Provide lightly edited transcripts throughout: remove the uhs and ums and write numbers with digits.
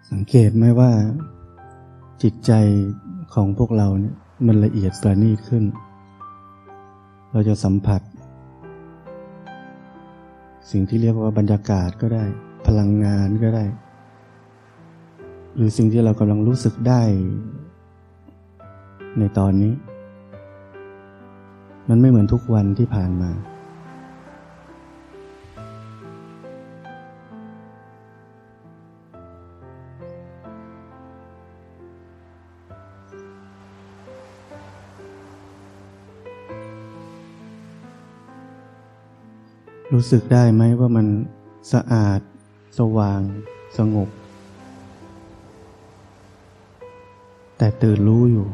สังเกตไหมว่าจิตใจของพวกเราเนี่ยมันละเอียดประณีตขึ้นเราจะสัมผัสสิ่งที่เรียกว่าบรรยากาศก็ได้พลังงานก็ได้หรือสิ่งที่เรากำลังรู้สึกได้ในตอนนี้มันไม่เหมือนทุกวันที่ผ่านมารู้สึกได้ไหมว่ามันสะอาดสว่างสงบแต่ตื่นรู้อยู่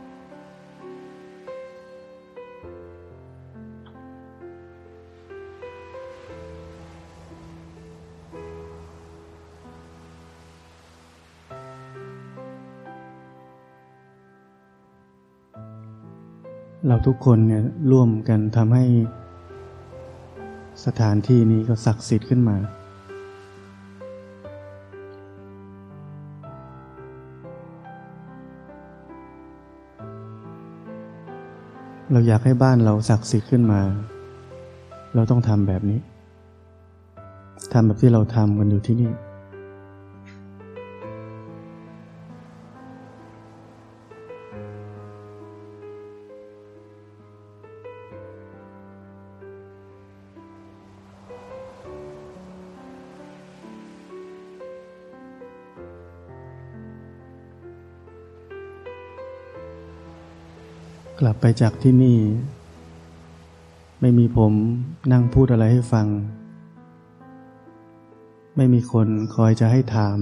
เราทุกคนเนี่ยร่วมกันทำให้สถานที่นี้ก็ศักดิ์สิทธิ์ขึ้นมาเราอยากให้บ้านเราศักดิ์สิทธิ์ขึ้นมาเราต้องทำแบบนี้ทำแบบที่เราทำกันอยู่ที่นี่กลับไปจากที่นี่ไม่มีผมนั่งพูดอะไรให้ฟังไม่มีคนคอยจะให้ถาม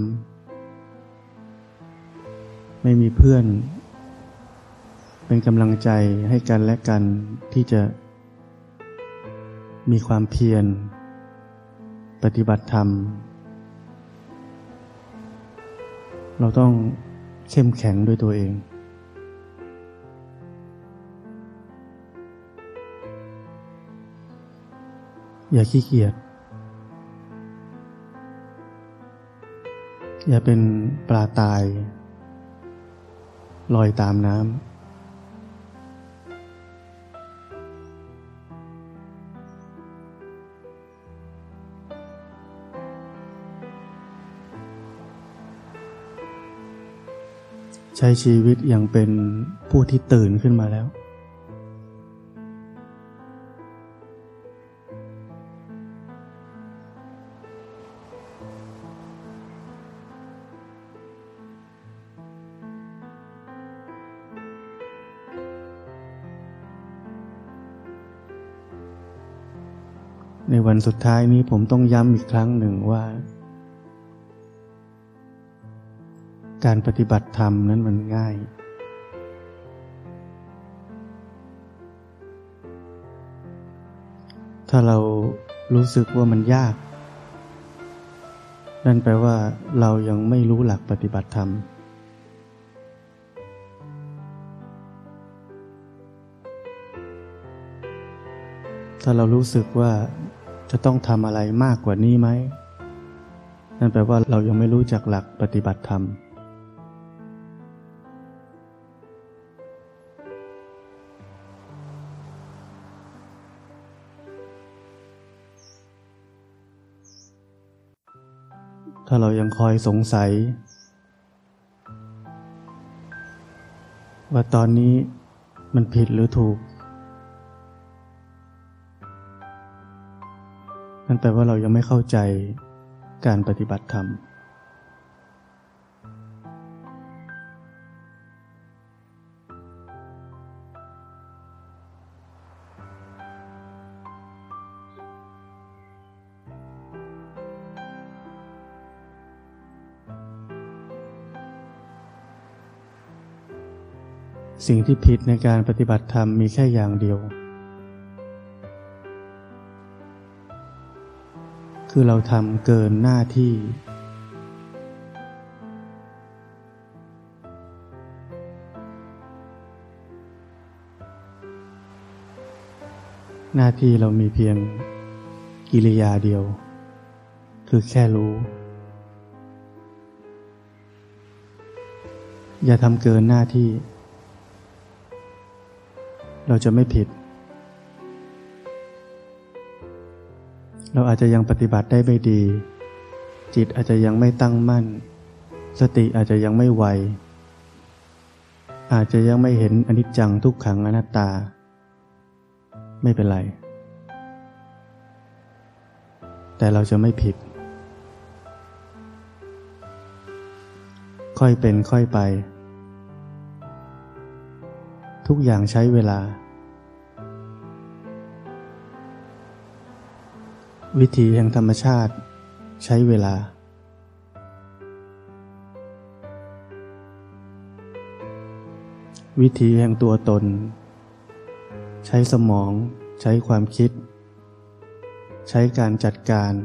ไม่มีเพื่อนเป็นกำลังใจให้กันและกันที่จะมีความเพียรปฏิบัติธรรมเราต้องเข้มแข็งด้วยตัวเองอย่าขี้เกียจอย่าเป็นปลาตายลอยตามน้ำใช้ชีวิตอย่างเป็นผู้ที่ตื่นขึ้นมาแล้วในวันสุดท้ายนี้ผมต้องย้ำอีกครั้งหนึ่งว่าการปฏิบัติธรรมนั้นมันง่ายถ้าเรารู้สึกว่ามันยากนั่นแปลว่าเรายังไม่รู้หลักปฏิบัติธรรมถ้าเรารู้สึกว่าจะต้องทำอะไรมากกว่านี้ไหมนั่นแปลว่าเรายังไม่รู้จักหลักปฏิบัติธรรมถ้าเรายังคอยสงสัยว่าตอนนี้มันผิดหรือถูกนั่นแปลว่าเรายังไม่เข้าใจการปฏิบัติธรรมสิ่งที่ผิดในการปฏิบัติธรรมมีแค่อย่างเดียวคือเราทำเกินหน้าที่หน้าที่เรามีเพียงกิริยาเดียวคือแค่รู้อย่าทำเกินหน้าที่เราจะไม่ผิดเราอาจจะยังปฏิบัติได้ไม่ดีจิตอาจจะยังไม่ตั้งมั่นสติอาจจะยังไม่ไวอาจจะยังไม่เห็นอนิจจังทุกขังอนัตตาไม่เป็นไรแต่เราจะไม่ผิดค่อยเป็นค่อยไปทุกอย่างใช้เวลาวิถีแห่งธรรมชาติใช้เวลาวิถีแห่งตัวตนใช้สมองใช้ความคิดใช้การจัดการ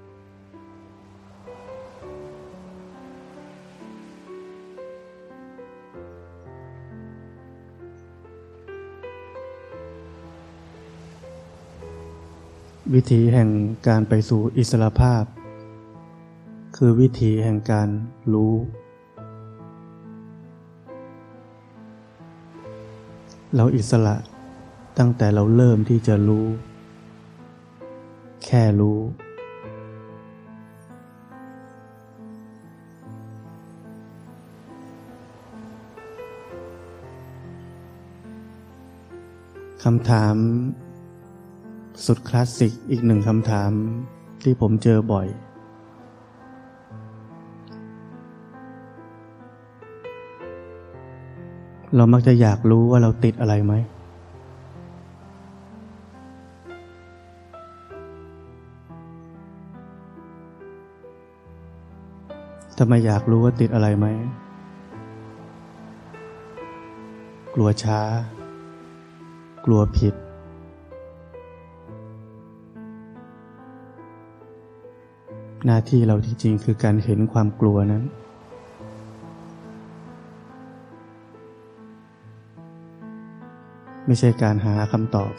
วิถีแห่งการไปสู่อิสรภาพคือวิถีแห่งการรู้เราอิสระตั้งแต่เราเริ่มที่จะรู้แค่รู้คำถามสุดคลาสสิกอีกหนึ่งคำถามที่ผมเจอบ่อยเรามักจะอยากรู้ว่าเราติดอะไรไหมทำไมอยากรู้ว่าติดอะไรไหมกลัวช้ากลัวผิดหน้าที่เราจริงๆคือการเห็นความกลัวนั้นไม่ใช่การหาคำตอบ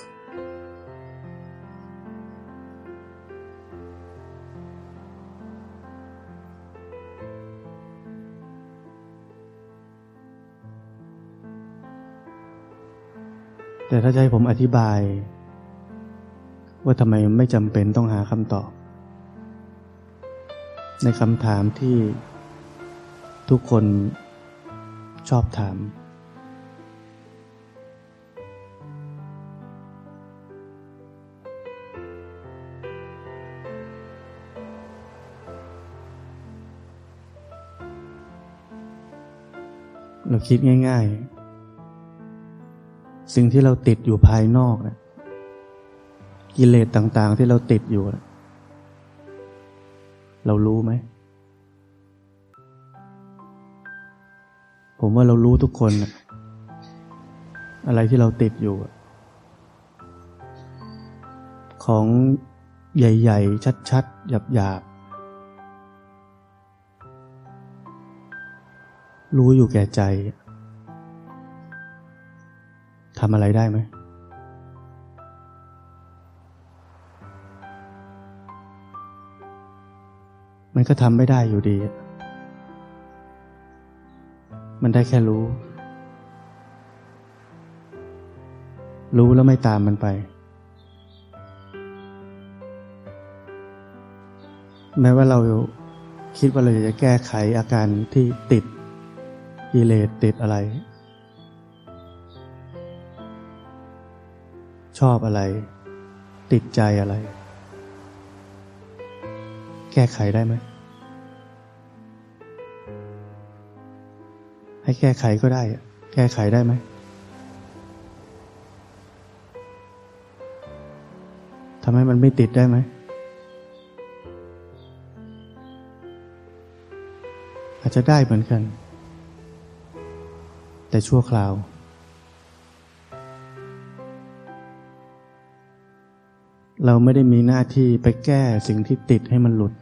แต่ถ้าจะให้ผมอธิบายว่าทำไมไม่จำเป็นต้องหาคำตอบในคำถามที่ทุกคนชอบถามเราคิดง่ายๆสิ่งที่เราติดอยู่ภายนอกนะกิเลสต่างๆที่เราติดอยู่นะเรารู้ไหมผมว่าเรารู้ทุกคนนะอะไรที่เราติดอยู่ของใหญ่ๆชัดๆหยาบๆรู้อยู่แก่ใจทำอะไรได้ไหมมันก็ทำไม่ได้อยู่ดีมันได้แค่รู้แล้วไม่ตามมันไปแม้ว่าเราคิดว่าเราจะแก้ไขอาการที่ติดกิเลสติดอะไรชอบอะไรติดใจอะไรแก้ไขได้ไหมให้แก้ไขก็ได้แก้ไขได้ไหมทำให้มันไม่ติดได้ไหมอาจจะได้เหมือนกันแต่ชั่วคราวเราไม่ได้มีหน้าที่ไปแก้สิ่งที่ติดให้มันหลุด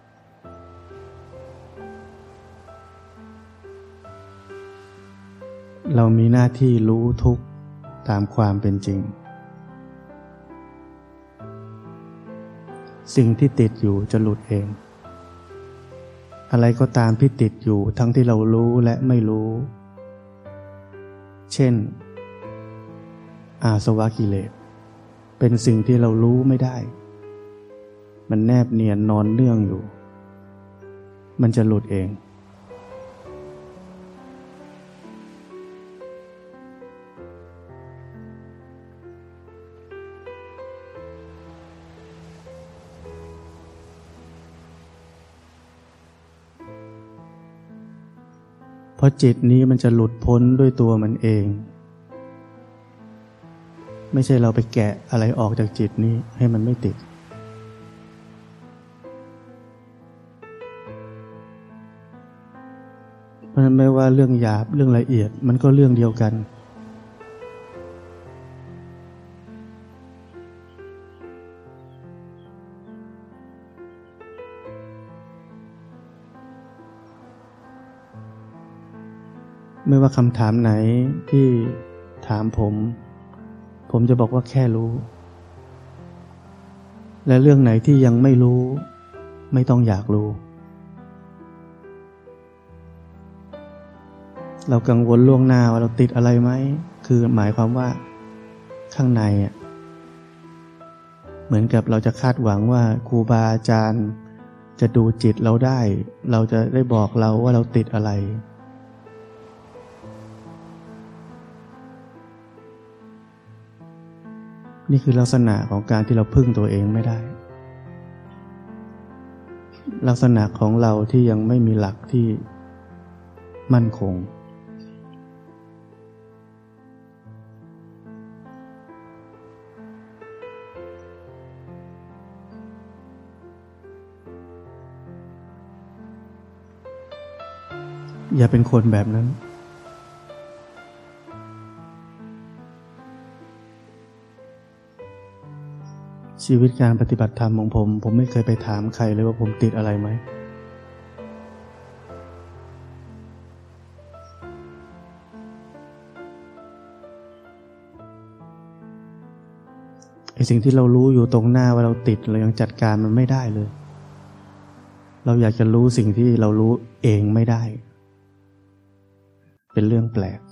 เรามีหน้าที่รู้ทุกข์ตามความเป็นจริงสิ่งที่ติดอยู่จะหลุดเองอะไรก็ตามที่ติดอยู่ทั้งที่เรารู้และไม่รู้เช่นอาสวะกิเลสเป็นสิ่งที่เรารู้ไม่ได้มันแนบเนียนนอนเนื่องอยู่มันจะหลุดเองเพราะจิตนี้มันจะหลุดพ้นด้วยตัวมันเองไม่ใช่เราไปแกะอะไรออกจากจิตนี้ให้มันไม่ติดเพราะฉะนั้นไม่ว่าเรื่องหยาบเรื่องละเอียดมันก็เรื่องเดียวกันไม่ว่าคำถามไหนที่ถามผมจะบอกว่าแค่รู้และเรื่องไหนที่ยังไม่รู้ไม่ต้องอยากรู้เรากังวลล่วงหน้าว่าเราติดอะไรไหมคือหมายความว่าข้างในเหมือนกับเราจะคาดหวังว่าครูบาอาจารย์จะดูจิตเราได้เราจะได้บอกเราว่าเราติดอะไรนี่คือลักษณะของการที่เราพึ่งตัวเองไม่ได้ลักษณะของเราที่ยังไม่มีหลักที่มั่นคงอย่าเป็นคนแบบนั้นชีวิตการปฏิบัติธรรมของผมไม่เคยไปถามใครเลยว่าผมติดอะไรไหมไอ้สิ่งที่เรารู้อยู่ตรงหน้าว่าเราติดเรายังจัดการมันไม่ได้เลยเราอยากจะรู้สิ่งที่เรารู้เองไม่ได้เป็นเรื่องแปลก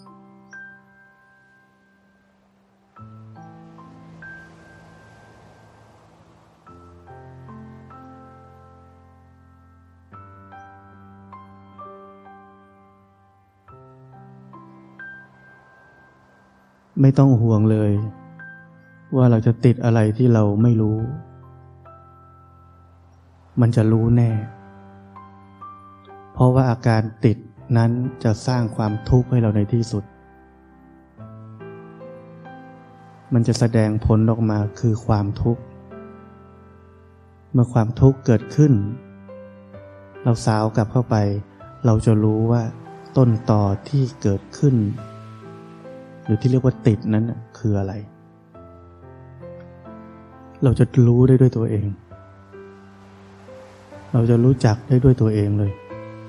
ไม่ต้องห่วงเลยว่าเราจะติดอะไรที่เราไม่รู้มันจะรู้แน่เพราะว่าอาการติดนั้นจะสร้างความทุกข์ให้เราในที่สุดมันจะแสดงผลออกมาคือความทุกข์เมื่อความทุกข์เกิดขึ้นเราสาวกลับเข้าไปเราจะรู้ว่าต้นตอที่เกิดขึ้นหรือที่เรียกว่าติดนั้นคืออะไรเราจะรู้ได้ด้วยตัวเองเราจะรู้จักได้ด้วยตัวเองเลย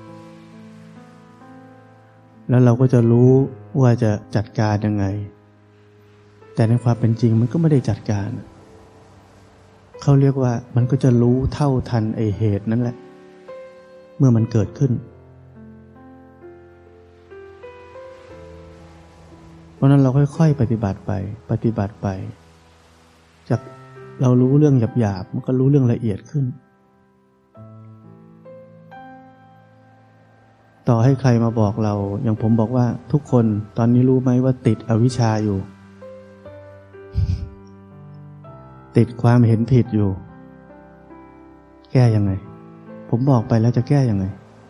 แล้วเราก็จะรู้ว่าจะจัดการยังไงแต่ในความเป็นจริงมันก็ไม่ได้จัดการเขาเรียกว่ามันก็จะรู้เท่าทันไอ้เหตุนั่นแหละเมื่อมันเกิดขึ้นเพราะนั้นเราค่อยๆปฏิบัติไปจากเรารู้เรื่องหยาบๆมันก็รู้เรื่องละเอียดขึ้นต่อให้ใครมาบอกเราอย่างผมบอกว่าทุกคนตอนนี้รู้ไหมว่าติดอวิชชาอยู่ติดความเห็นผิดอยู่แก้ยังไงผมบอกไปแล้วจะแก้ยังไง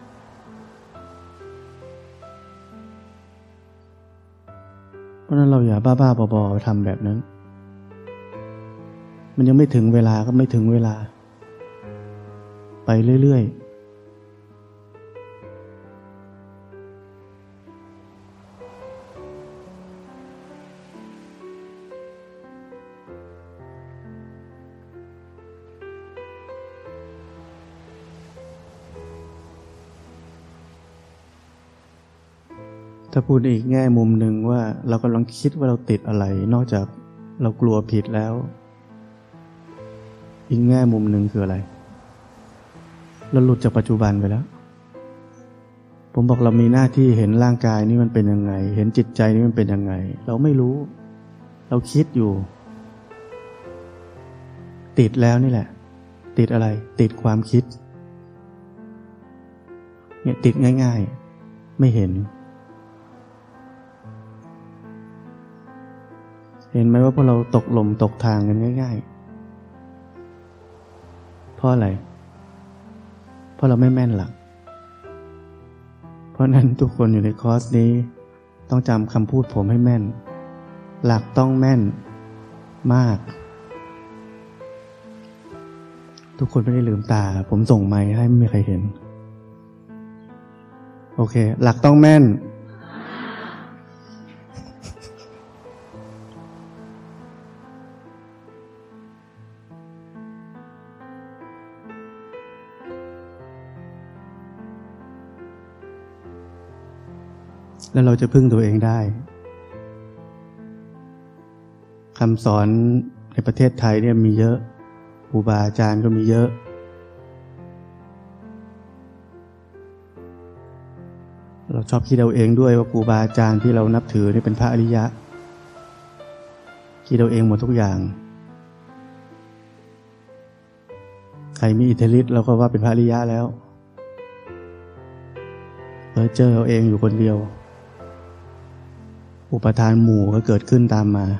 เพราะนั้นเราอย่าบ้าๆบอๆทำแบบนั้นมันยังไม่ถึงเวลาก็ไม่ถึงเวลาไปเรื่อยๆถ้าพูดอีกแง่มุมหนึ่งว่าเรากำลังคิดว่าเราติดอะไรนอกจากเรากลัวผิดแล้วอีกแง่มุมหนึ่งคืออะไรเราหลุดจากปัจจุบันไปแล้วผมบอกเรามีหน้าที่เห็นร่างกายนี้มันเป็นยังไงเห็นจิตใจนี้มันเป็นยังไงเราไม่รู้เราคิดอยู่ติดแล้วนี่แหละติดอะไรติดความคิดเนี่ยติดง่ายๆไม่เห็นไหมว่าพวกเราตกหล่มตกทางกันง่ายๆเพราะอะไรเพราะเราไม่แม่นหลักเพราะนั้นทุกคนอยู่ในคอร์สนี้ต้องจำคำพูดผมให้แม่นหลักต้องแม่นมากทุกคนไม่ได้ลืมตาผมส่งไมค์ให้ไม่มีใครเห็นโอเคหลักต้องแม่นแล้วเราจะพึ่งตัวเองได้คำสอนในประเทศไทยเนี่ยมีเยอะครูบาอาจารย์ก็มีเยอะเราชอบคิดเอาเองด้วยว่าครูบาอาจารย์ที่เรานับถือนี่เป็นพระอริยะคิดเอาเองหมดทุกอย่างใครมีอิทธิฤทธิ์เราก็ว่าเป็นพระอริยะแล้วเจอเอาเองอยู่คนเดียวอุปทานหมู่ก็เกิดขึ้นตามมา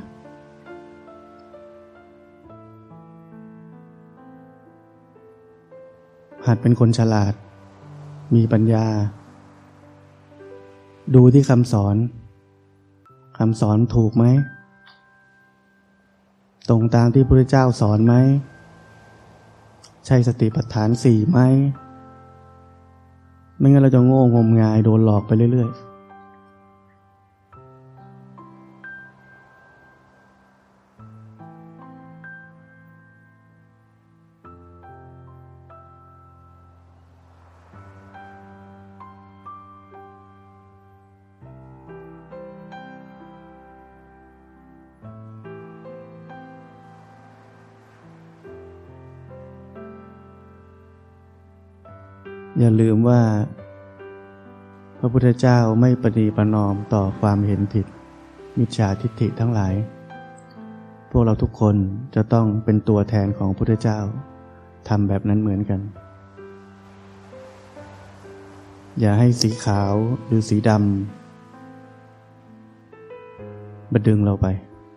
หัดเป็นคนฉลาดมีปัญญาดูที่คำสอนถูกไหมตรงตามที่พระพุทธเจ้าสอนไหมใช่สติปัฏฐาน4ไหมไม่งั้นเราจะโง่งมงายโดนหลอกไปเรื่อยๆอย่าลืมว่าพระพุทธเจ้าไม่ประนีประนอมต่อความเห็นผิดมิจฉาทิฏฐิทั้งหลายพวกเราทุกคนจะต้องเป็นตัวแทนของพระพุทธเจ้าทำแบบนั้นเหมือนกันอย่าให้สีขาวหรือสีดำบัดดึงเราไป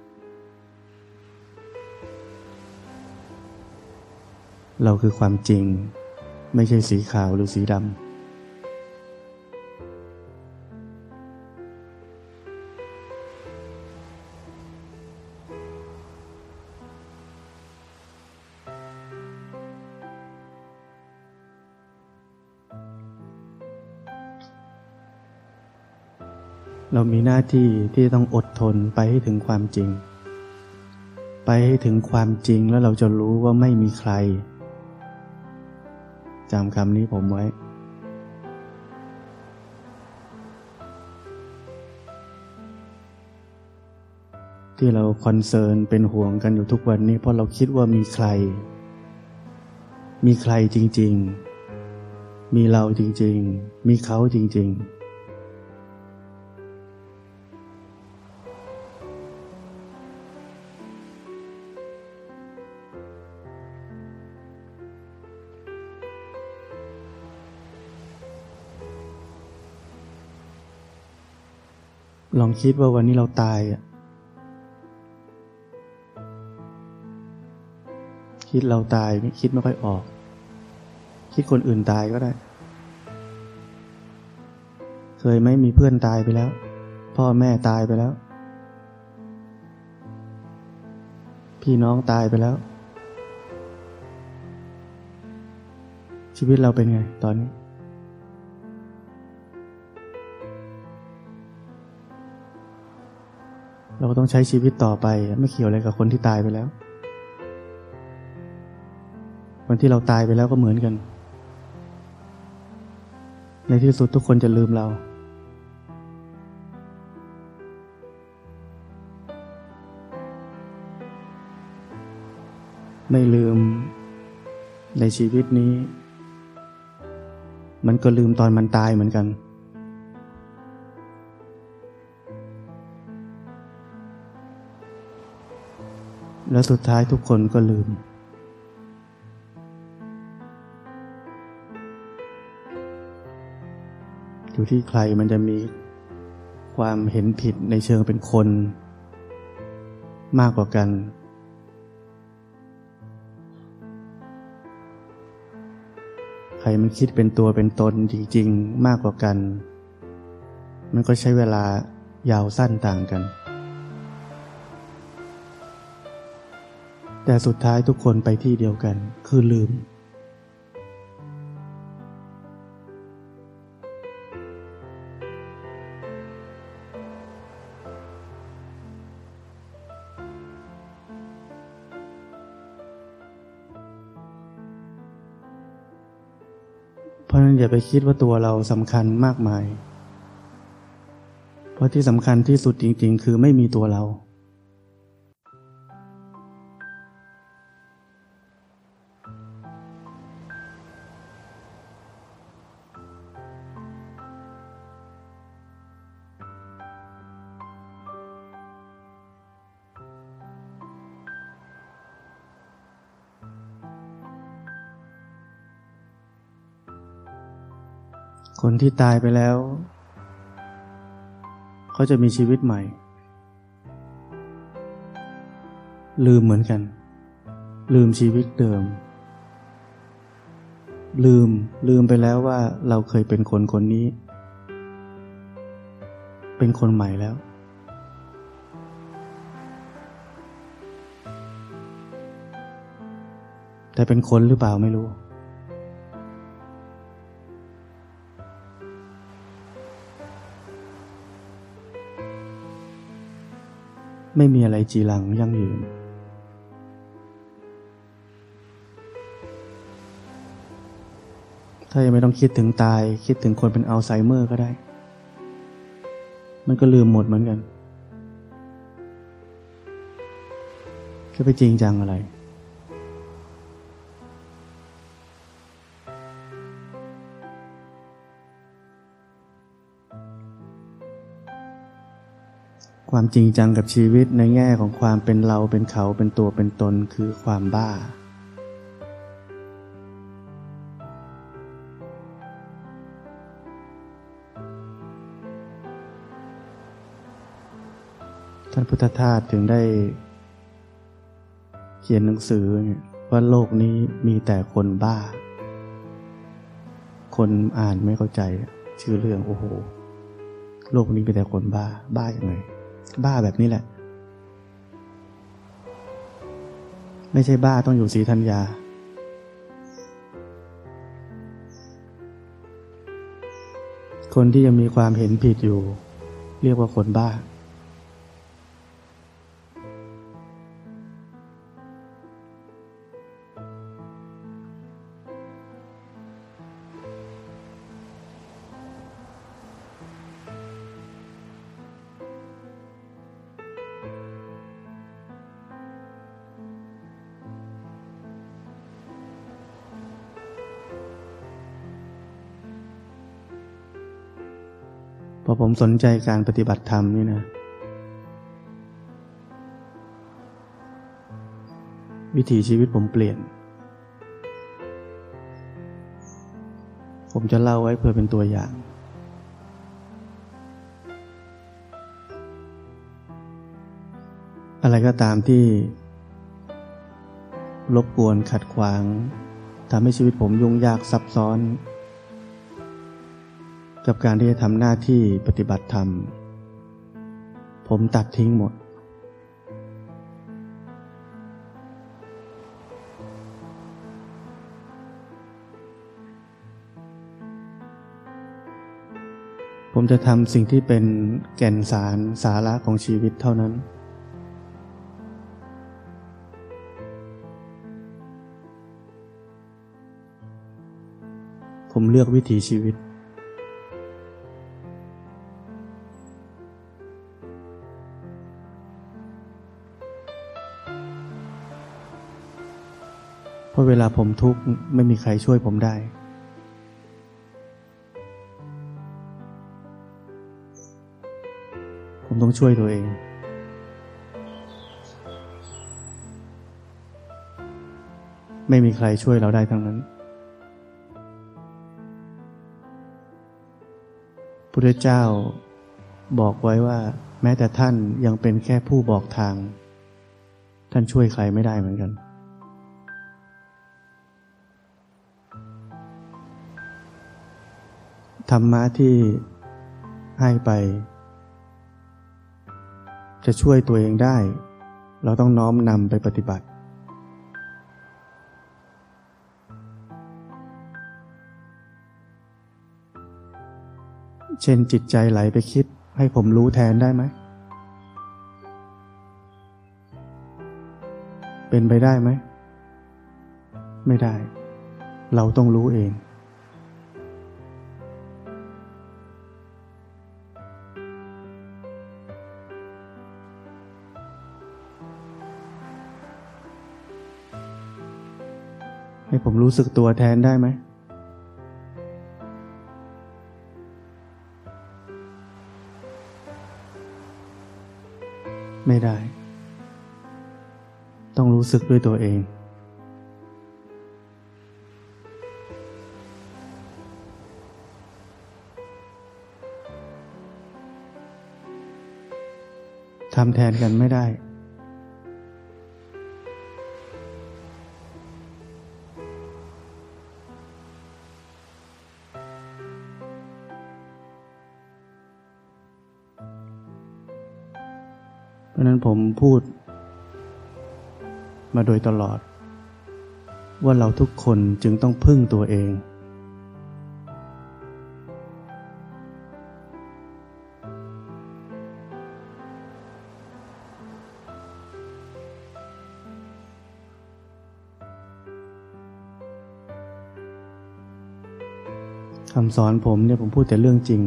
เราคือความจริงไม่ใช่สีขาวหรือสีดำเรามีหน้าที่ที่ต้องอดทนไปให้ถึงความจริงไปให้ถึงความจริงแล้วเราจะรู้ว่าไม่มีใครจำคำนี้ผมไว้ที่เราคอนเซิร์นเป็นห่วงกันอยู่ทุกวันนี้เพราะเราคิดว่ามีใครจริงๆมีเราจริงๆมีเขาจริงๆลองคิดว่าวันนี้เราตายคิดเราตายไม่คิดไม่ค่อยออกคิดคนอื่นตายก็ได้เคยไหมมีเพื่อนตายไปแล้วพ่อแม่ตายไปแล้วพี่น้องตายไปแล้วชีวิตเราเป็นไงตอนนี้เราก็ต้องใช้ชีวิตต่อไปไม่เกี่ยวอะไรกับคนที่ตายไปแล้ววันที่เราตายไปแล้วก็เหมือนกันในที่สุดทุกคนจะลืมเราไม่ลืมในชีวิตนี้มันก็ลืมตอนมันตายเหมือนกันแล้วสุดท้ายทุกคนก็ลืมอยู่ที่ใครมันจะมีความเห็นผิดในเชิงเป็นคนมากกว่ากันใครมันคิดเป็นตัวเป็นตนจริงๆมากกว่ากันมันก็ใช้เวลายาวสั้นต่างกันแต่สุดท้ายทุกคนไปที่เดียวกันคือลืมเพราะฉะนั้นอย่าไปคิดว่าตัวเราสำคัญมากมายเพราะที่สำคัญที่สุดจริงๆคือไม่มีตัวเราคนที่ตายไปแล้วเขาจะมีชีวิตใหม่ลืมเหมือนกันลืมชีวิตเดิมลืมไปแล้วว่าเราเคยเป็นคนคนนี้เป็นคนใหม่แล้วแต่เป็นคนหรือเปล่าไม่รู้ไม่มีอะไรจีรังยั่งยืนถ้ายังไม่ต้องคิดถึงตายคิดถึงคนเป็นอัลไซเมอร์ก็ได้มันก็ลืมหมดเหมือนกันจะไปจริงจังอะไรความจริงจังกับชีวิตในแง่ของความเป็นเราเป็นเขาเป็นตัวเป็นตนคือความบ้าท่านพุทธทาสถึงได้เขียนหนังสือว่าโลกนี้มีแต่คนบ้าคนอ่านไม่เข้าใจชื่อเรื่องโอ้โหโลกนี้มีแต่คนบ้ายังไงบ้าแบบนี้แหละไม่ใช่บ้าต้องอยู่ศรีธัญญาคนที่ยังมีความเห็นผิดอยู่เรียกว่าคนบ้าพอผมสนใจการปฏิบัติธรรมนี่นะวิถีชีวิตผมเปลี่ยนผมจะเล่าไว้เพื่อเป็นตัวอย่างอะไรก็ตามที่รบกวนขัดขวางทำให้ชีวิตผมยุ่งยากซับซ้อนกับการที่จะทำหน้าที่ปฏิบัติธรรมผมตัดทิ้งหมดผมจะทำสิ่งที่เป็นแก่นสารสาระของชีวิตเท่านั้นผมเลือกวิถีชีวิตเพราะเวลาผมทุกข์ไม่มีใครช่วยผมได้ผมต้องช่วยตัวเองไม่มีใครช่วยเราได้ทั้งนั้นพุทธเจ้าบอกไว้ว่าแม้แต่ท่านยังเป็นแค่ผู้บอกทางท่านช่วยใครไม่ได้เหมือนกันธรรมะที่ให้ไปจะช่วยตัวเองได้เราต้องน้อมนำไปปฏิบัติเช่นจิตใจไหลไปคิดให้ผมรู้แทนได้ไหมเป็นไปได้ไหมไม่ได้เราต้องรู้เองให้ผมรู้สึกตัวแทนได้ไหมไม่ได้ต้องรู้สึกด้วยตัวเองทำแทนกันไม่ได้เพราะนั้นผมพูดมาโดยตลอดว่าเราทุกคนจึงต้องพึ่งตัวเองคำสอนผมเนี่ยผมพูดแต่เรื่องจริง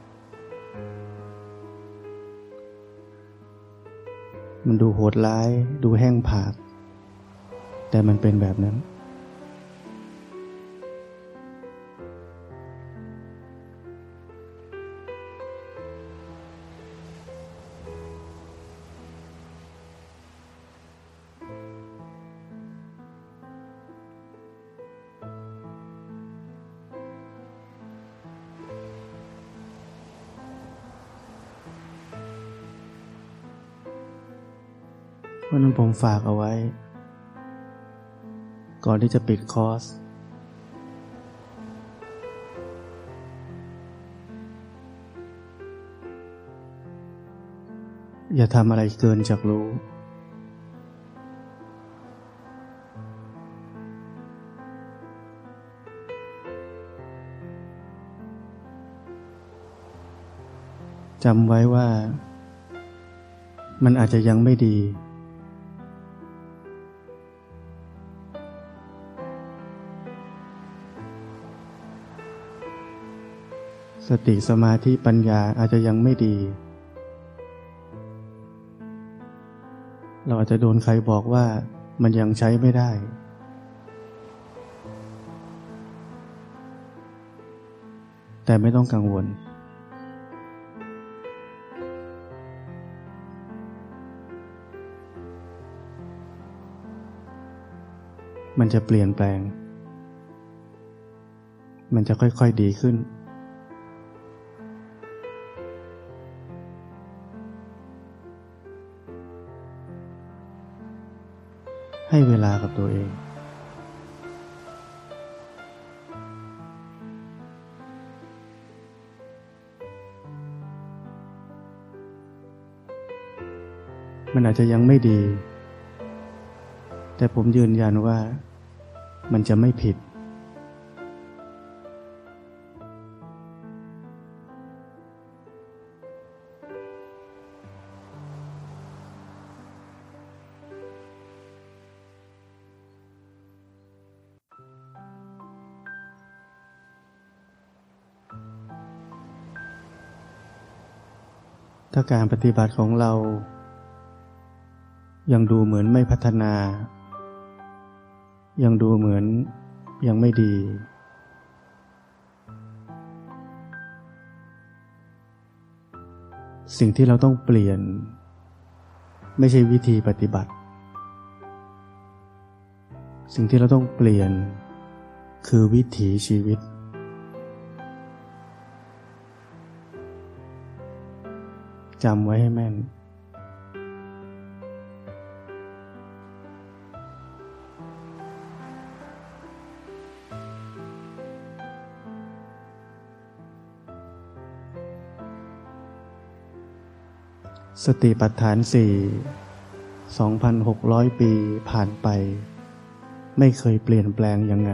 มันดูโหดร้ายดูแห้งผากแต่มันเป็นแบบนั้นเพราะนั้นผมฝากเอาไว้ก่อนที่จะปิดคอร์สอย่าทำอะไรเกินจากรู้จำไว้ว่ามันอาจจะยังไม่ดีสติสมาธิปัญญาอาจจะยังไม่ดีเราอาจจะโดนใครบอกว่ามันยังใช้ไม่ได้แต่ไม่ต้องกังวลมันจะเปลี่ยนแปลงมันจะค่อยๆดีขึ้นให้เวลากับตัวเองมันอาจจะยังไม่ดีแต่ผมยืนยันว่ามันจะไม่ผิดถ้าการปฏิบัติของเรายังดูเหมือนไม่พัฒนายังดูเหมือนยังไม่ดีสิ่งที่เราต้องเปลี่ยนไม่ใช่วิธีปฏิบัติสิ่งที่เราต้องเปลี่ยนคือวิถีชีวิตจำไว้ให้แม่นสติปัฏฐาน2,600 ปีผ่านไปไม่เคยเปลี่ยนแปลงยังไง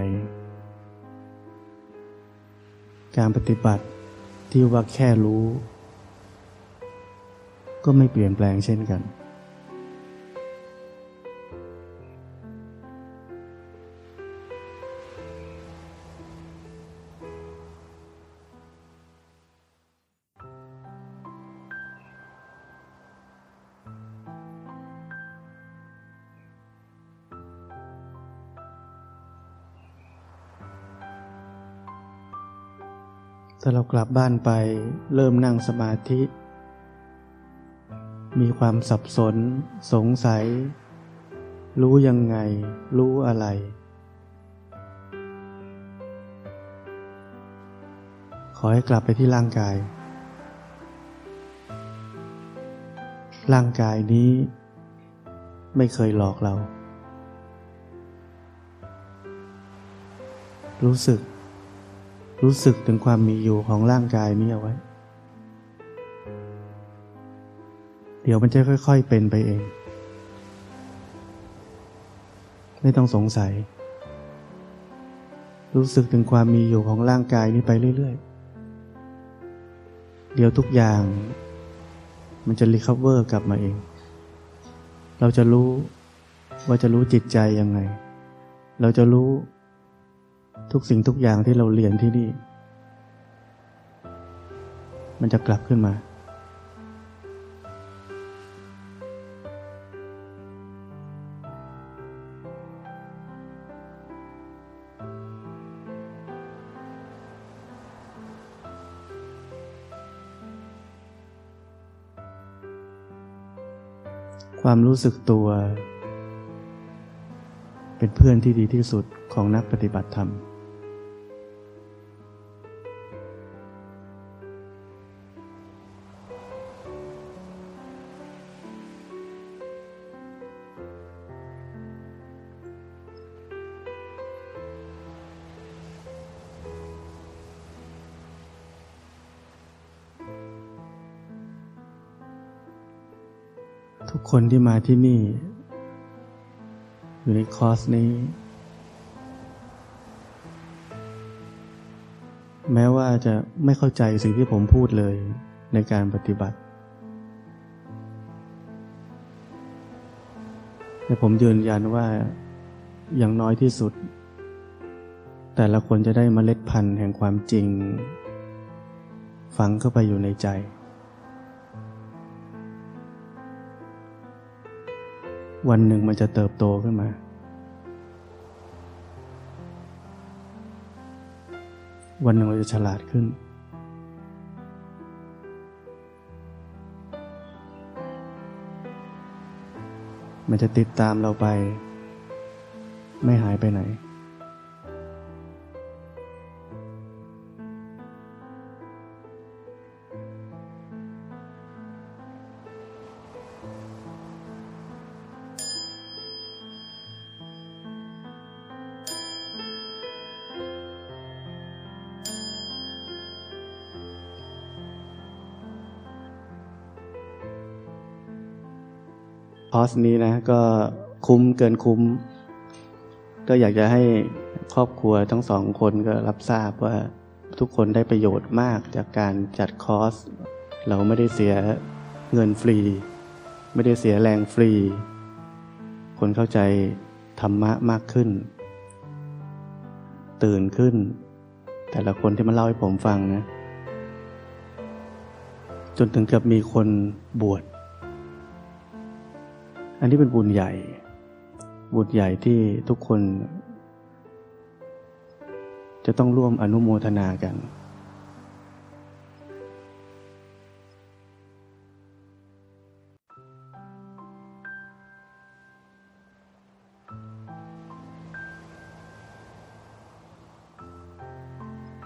การปฏิบัติที่ว่าแค่รู้ก็ไม่เปลี่ยนแปลงเช่นกันถ้าเรากลับบ้านไปเริ่มนั่งสมาธิมีความสับสนสงสัยรู้ยังไงรู้อะไรขอให้กลับไปที่ร่างกายร่างกายนี้ไม่เคยหลอกเรารู้สึกถึงความมีอยู่ของร่างกายนี้เอาไว้เดี๋ยวมันจะค่อยๆเป็นไปเองไม่ต้องสงสัยรู้สึกถึงความมีอยู่ของร่างกายนี้ไปเรื่อยๆเดี๋ยวทุกอย่างมันจะรีคัฟเวอร์กลับมาเองเราจะรู้ว่าจะรู้จิตใจยังไงเราจะรู้ทุกสิ่งทุกอย่างที่เราเรียนที่นี่มันจะกลับขึ้นมาความรู้สึกตัวเป็นเพื่อนที่ดีที่สุดของนักปฏิบัติธรรมทุกคนที่มาที่นี่อยู่ในคอร์สนี้แม้ว่าจะไม่เข้าใจสิ่งที่ผมพูดเลยในการปฏิบัติแต่ผมยืนยันว่าอย่างน้อยที่สุดแต่ละคนจะได้เมล็ดพันธุ์แห่งความจริงฝังเข้าไปอยู่ในใจวันหนึ่งมันจะเติบโตขึ้นมาวันหนึ่งเราจะฉลาดขึ้นมันจะติดตามเราไปไม่หายไปไหนคอร์สนี้นะก็คุ้มเกินคุ้มก็อยากจะให้ครอบครัวทั้งสองคนก็รับทราบว่าทุกคนได้ประโยชน์มากจากการจัดคอร์สเราไม่ได้เสียเงินฟรีไม่ได้เสียแรงฟรีคนเข้าใจธรรมะมากขึ้นตื่นขึ้นแต่ละคนที่มาเล่าให้ผมฟังนะจนถึงกับมีคนบวชอันนี้เป็นบุญใหญ่ที่ทุกคนจะต้องร่วมอนุโมทนากัน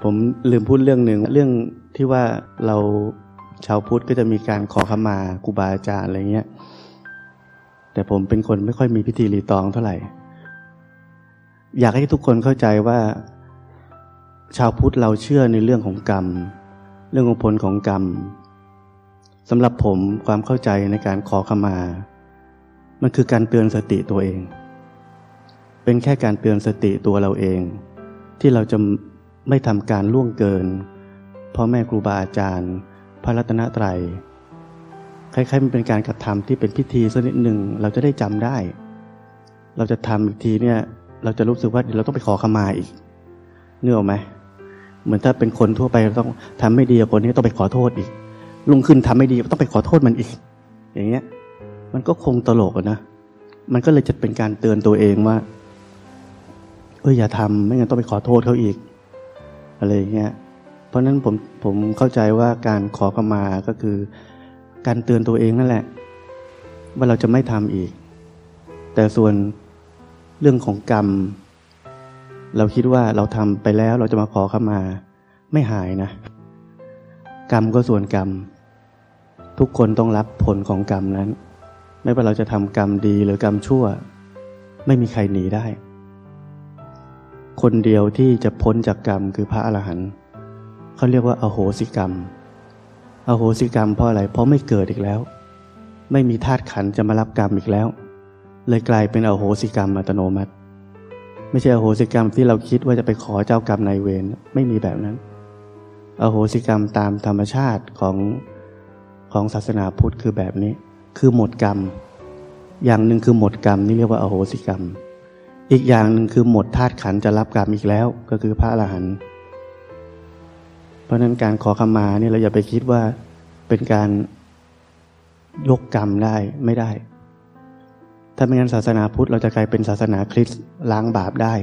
ผมลืมพูดเรื่องหนึ่งเรื่องที่ว่าเราชาวพุทธก็จะมีการขอขมาครูบาอาจารย์อะไรเงี้ยแต่ผมเป็นคนไม่ค่อยมีพิธีรีตองเท่าไหร่อยากให้ทุกคนเข้าใจว่าชาวพุทธเราเชื่อในเรื่องของกรรมเรื่องของผลของกรรมสำหรับผมความเข้าใจในการขอขมามันคือการเตือนสติตัวเองเป็นแค่การเตือนสติตัวเราเองที่เราจะไม่ทำการล่วงเกินพ่อแม่ครูบาอาจารย์พระรัตนตรัยคล้ายๆมันเป็นการกระทำที่เป็นพิธีสักนิดหนึ่งเราจะได้จำได้เราจะทำอีกทีเนี่ยเราจะรู้สึกว่าเราต้องไปขอขมาอีกนึกออกไหมเหมือนถ้าเป็นคนทั่วไปเราต้องทำไม่ดีกับคนนี้ต้องไปขอโทษอีกลุงขึ้นทำไม่ดีต้องไปขอโทษมันอีกอย่างเงี้ยมันก็คงตลกนะมันก็เลยจะเป็นการเตือนตัวเองว่าอย่าทำไม่งั้นต้องไปขอโทษเขาอีกอะไรอย่างเงี้ยเพราะนั้นผมเข้าใจว่าการขอขมาก็คือการเตือนตัวเองนั่นแหละว่าเราจะไม่ทำอีกแต่ส่วนเรื่องของกรรมเราคิดว่าเราทำไปแล้วเราจะมาขอขมาไม่หายนะกรรมก็ส่วนกรรมทุกคนต้องรับผลของกรรมนั้นไม่ว่าเราจะทำกรรมดีหรือกรรมชั่วไม่มีใครหนีได้คนเดียวที่จะพ้นจากกรรมคือพระอรหันต์เขาเรียกว่าอโหสิกรรมอโหสิกรรมเพราะอะไรเพราะไม่เกิดอีกแล้วไม่มีธาตุขันธ์จะมารับกรรมอีกแล้วเลยกลายเป็นอโหสิกรรมอัตโนมัติไม่ใช่อโหสิกรรมที่เราคิดว่าจะไปขอเจ้ากรรมนายเวรไม่มีแบบนั้นอโหสิกรรมตามธรรมชาติของศาสนาพุทธคือแบบนี้คือหมดกรรมอย่างหนึ่งคือหมดกรรมนี่เรียกว่าอโหสิกรรมอีกอย่างหนึ่งคือหมดธาตุขันธ์จะรับกรรมอีกแล้วก็คือพระอรหันต์เพราะนั้นการขอขมาเนี่ยเราอย่าไปคิดว่าเป็นการยกกรรมได้ไม่ได้ถ้าไม่งั้นศาสนาพุทธเราจะกลายเป็นศาสนาคริสต์ล้างบาปได้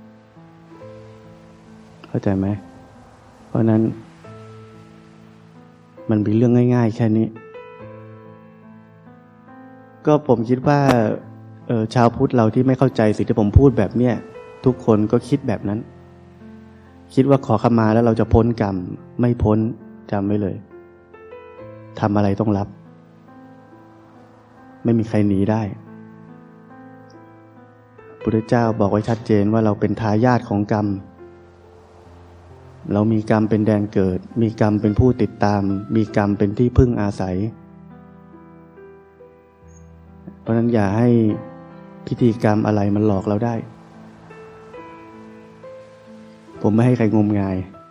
เข้าใจไหมเพราะนั้นมันมีเรื่องง่ายๆแค่นี้ก็ผมคิดว่าชาวพุทธเราที่ไม่เข้าใจสิ่งที่ผมพูดแบบเนี้ยทุกคนก็คิดแบบนั้นคิดว่าขอขมาแล้วเราจะพ้นกรรมไม่พ้นจำไว้เลยทำอะไรต้องรับไม่มีใครหนีได้พุทธเจ้าบอกไว้ชัดเจนว่าเราเป็นทายาทของกรรมเรามีกรรมเป็นแดนเกิดมีกรรมเป็นผู้ติดตามมีกรรมเป็นที่พึ่งอาศัยเพราะนั้นอย่าให้พิธีกรรมอะไรมันหลอกเราได้ผมไม่ให้ใครงมงาย